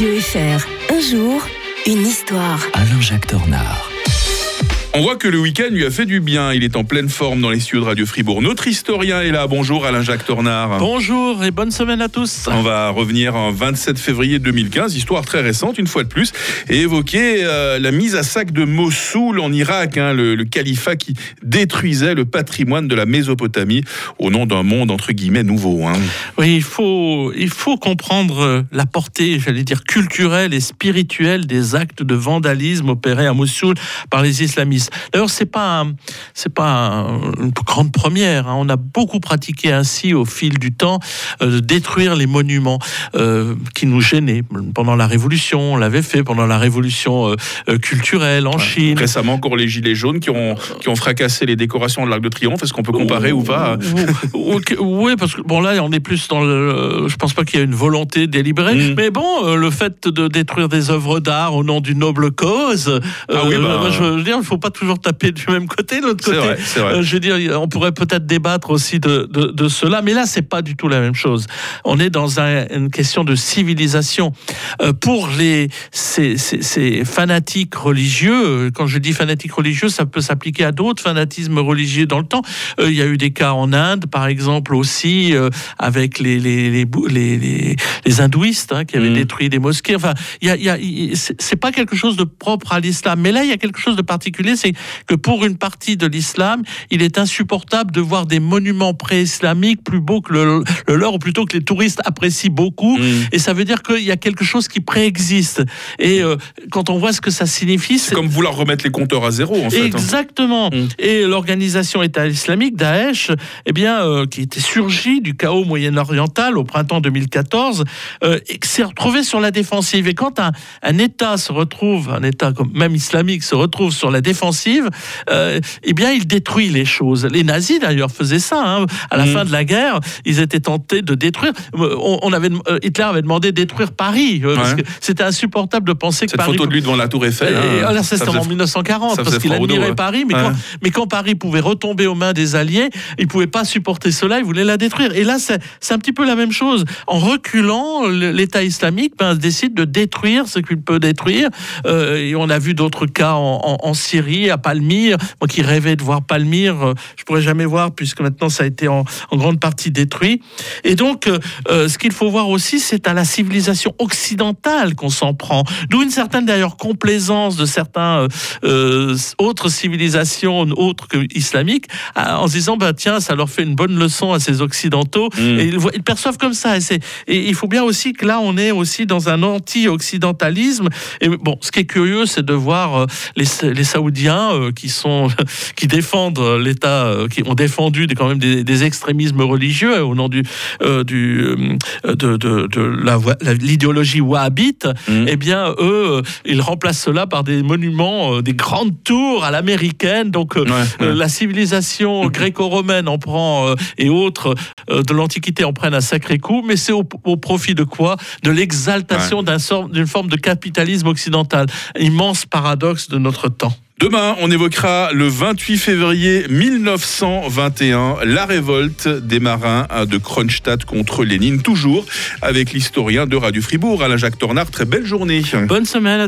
Radio FR, un jour, une histoire. Alain-Jacques Tornard. On voit que le week-end lui a fait du bien. Il est en pleine forme dans les studios de Radio Fribourg. Notre historien est là. Bonjour Alain-Jacques Tornard. Bonjour et bonne semaine à tous. On va revenir en 27 février 2015, histoire très récente une fois de plus, et évoquer la mise à sac de Mossoul en Irak, le califat qui détruisait le patrimoine de la Mésopotamie au nom d'un monde entre guillemets nouveau. Oui, il faut comprendre la portée, j'allais dire, culturelle et spirituelle des actes de vandalisme opérés à Mossoul par les islamistes. D'ailleurs, c'est pas une grande première. On a beaucoup pratiqué ainsi au fil du temps de détruire les monuments qui nous gênaient. Pendant la Révolution, on l'avait fait pendant la Révolution culturelle en Chine. Récemment, encore les Gilets jaunes qui ont fracassé les décorations de l'Arc de Triomphe. Est-ce qu'on peut comparer ou pas? Oui, parce que bon là, on est plus dans le. Je pense pas qu'il y ait une volonté délibérée, mais bon, le fait de détruire des œuvres d'art au nom d'une noble cause. Je veux dire, il faut pas toujours taper du même côté, de l'autre côté. C'est vrai. Je veux dire, on pourrait peut-être débattre aussi de cela, mais là, c'est pas du tout la même chose. On est dans une question de civilisation. Pour ces fanatiques religieux, quand je dis fanatiques religieux, ça peut s'appliquer à d'autres fanatismes religieux dans le temps. Il y a eu des cas en Inde, par exemple, aussi, avec les hindouistes qui avaient détruit des mosquées. Enfin, c'est pas quelque chose de propre à l'islam, mais là, il y a quelque chose de particulier, c'est que pour une partie de l'islam, il est insupportable de voir des monuments pré-islamiques plus beaux que le leur, ou plutôt que les touristes apprécient beaucoup. Et ça veut dire qu'il y a quelque chose qui préexiste. Et quand on voit ce que ça signifie... C'est comme vouloir remettre les compteurs à zéro, en fait. Exactement. Et l'organisation État islamique, Daesh, qui était surgie du chaos moyen-oriental au printemps 2014, s'est retrouvé sur la défensive. Et quand un État se retrouve, un État comme même islamique se retrouve sur la défensive, il détruit les choses. Les nazis d'ailleurs faisaient ça. À la fin de la guerre, ils étaient tentés de détruire. Hitler avait demandé de détruire Paris parce que c'était insupportable de penser que Paris. Cette photo de lui devant la Tour Eiffel. C'était en 1940 parce qu'il admirait Paris, mais quand Paris pouvait retomber aux mains des Alliés, il pouvait pas supporter cela. Il voulait la détruire. Et là, c'est un petit peu la même chose. En reculant, l'État islamique décide de détruire ce qu'il peut détruire. Et on a vu d'autres cas en Syrie, à Palmyre. Moi qui rêvais de voir Palmyre, je pourrais jamais voir puisque maintenant ça a été en grande partie détruit. Et donc, ce qu'il faut voir aussi, c'est à la civilisation occidentale qu'on s'en prend. D'où une certaine d'ailleurs complaisance de certains autres civilisations autres que islamiques, en se disant tiens, ça leur fait une bonne leçon à ces occidentaux. Et ils perçoivent comme ça. Et il faut bien aussi que là, on est aussi dans un anti-occidentalisme. Et bon, ce qui est curieux, c'est de voir les Saoudiens qui défendent l'État, qui ont défendu quand même des extrémismes religieux au nom de l'idéologie wahhabite. Eux, ils remplacent cela par des monuments, des grandes tours à l'américaine. Donc la civilisation gréco-romaine en prend et autres de l'Antiquité en prennent un sacré coup, mais c'est au profit de quoi? De l'exaltation d'une forme de capitalisme occidental. Immense paradoxe de notre temps. Demain, on évoquera le 28 février 1921, la révolte des marins de Kronstadt contre Lénine, toujours avec l'historien de Radio Fribourg, Alain-Jacques Tornard. Très belle journée. Bonne semaine.